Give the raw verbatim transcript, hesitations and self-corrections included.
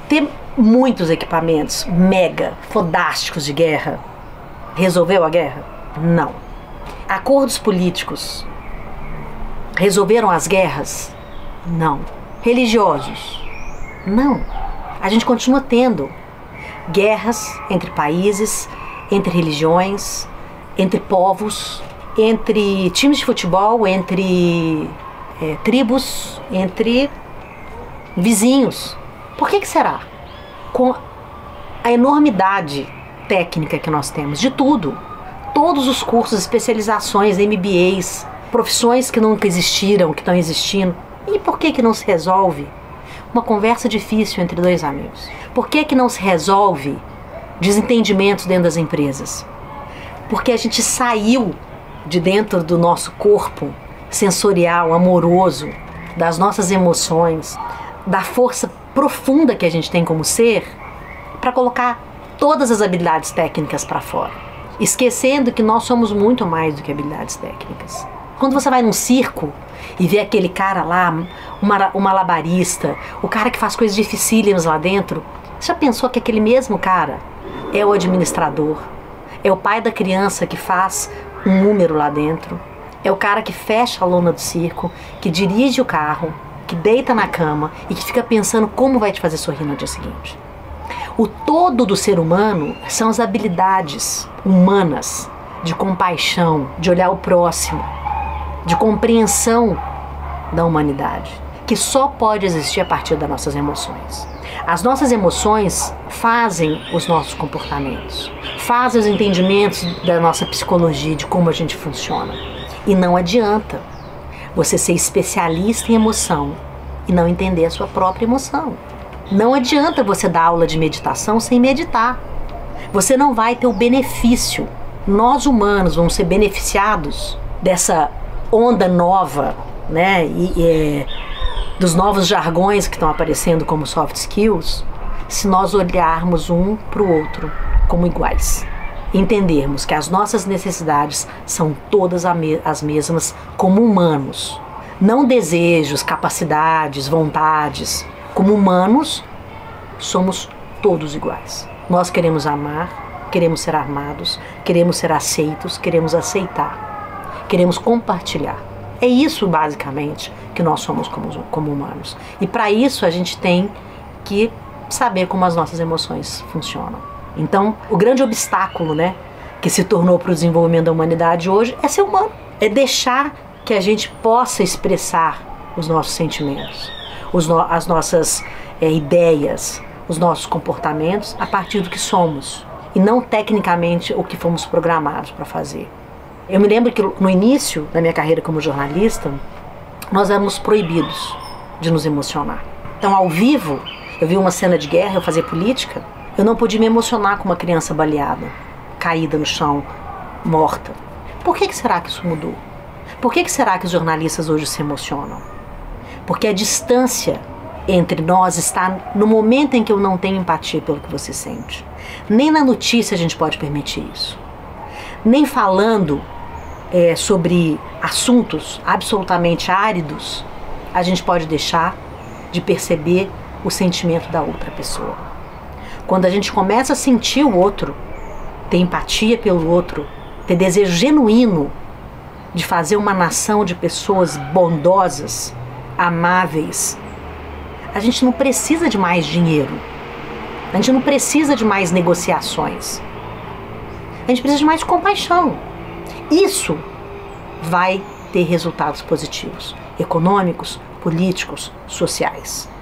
Ter muitos equipamentos mega, fodásticos de guerra resolveu a guerra? Não. Acordos políticos resolveram as guerras? Não. Religiosos? Não. A gente continua tendo guerras entre países, entre religiões, entre povos, entre times de futebol, entre é, tribos, entre vizinhos. Por que que será? Com a enormidade técnica que nós temos, de tudo, todos os cursos, especializações, M B As, profissões que nunca existiram, que estão existindo, e por que que não se resolve uma conversa difícil entre dois amigos? Por que que não se resolve desentendimentos dentro das empresas? Porque a gente saiu de dentro do nosso corpo sensorial, amoroso, das nossas emoções, da força profunda que a gente tem como ser, para colocar todas as habilidades técnicas para fora, esquecendo que nós somos muito mais do que habilidades técnicas. Quando você vai num circo e vê aquele cara lá, um malabarista, o cara que faz coisas dificílimas lá dentro, você já pensou que aquele mesmo cara é o administrador, é o pai da criança que faz um número lá dentro, é o cara que fecha a lona do circo, que dirige o carro, que deita na cama e que fica pensando como vai te fazer sorrir no dia seguinte. O todo do ser humano são as habilidades humanas de compaixão, de olhar o próximo, de compreensão da humanidade, que só pode existir a partir das nossas emoções. As nossas emoções fazem os nossos comportamentos, fazem os entendimentos da nossa psicologia, de como a gente funciona. E não adianta você ser especialista em emoção e não entender a sua própria emoção. Não adianta você dar aula de meditação sem meditar. Você não vai ter o benefício. Nós humanos vamos ser beneficiados dessa onda nova, né? E, e, dos novos jargões que estão aparecendo como soft skills, se nós olharmos um para o outro como iguais. Entendermos que as nossas necessidades são todas as mesmas como humanos. Não desejos, capacidades, vontades. Como humanos, somos todos iguais. Nós queremos amar, queremos ser amados, queremos ser aceitos, queremos aceitar, queremos compartilhar. É isso, basicamente, que nós somos como, como humanos. E para isso a gente tem que saber como as nossas emoções funcionam. Então, o grande obstáculo, né, que se tornou para o desenvolvimento da humanidade hoje é ser humano. É deixar que a gente possa expressar os nossos sentimentos, os no, as nossas é, ideias, os nossos comportamentos a partir do que somos. E não tecnicamente o que fomos programados para fazer. Eu me lembro que no início da minha carreira como jornalista, nós éramos proibidos de nos emocionar. Então, ao vivo, eu vi uma cena de guerra, eu fazia política, eu não podia me emocionar com uma criança baleada, caída no chão, morta. Por que que será que isso mudou? Por que que será que os jornalistas hoje se emocionam? Porque a distância entre nós está no momento em que eu não tenho empatia pelo que você sente. Nem na notícia a gente pode permitir isso. Nem falando é, sobre assuntos absolutamente áridos, a gente pode deixar de perceber o sentimento da outra pessoa. Quando a gente começa a sentir o outro, ter empatia pelo outro, ter desejo genuíno de fazer uma nação de pessoas bondosas, amáveis, a gente não precisa de mais dinheiro. A gente não precisa de mais negociações. A gente precisa de mais compaixão. Isso vai ter resultados positivos, econômicos, políticos, sociais.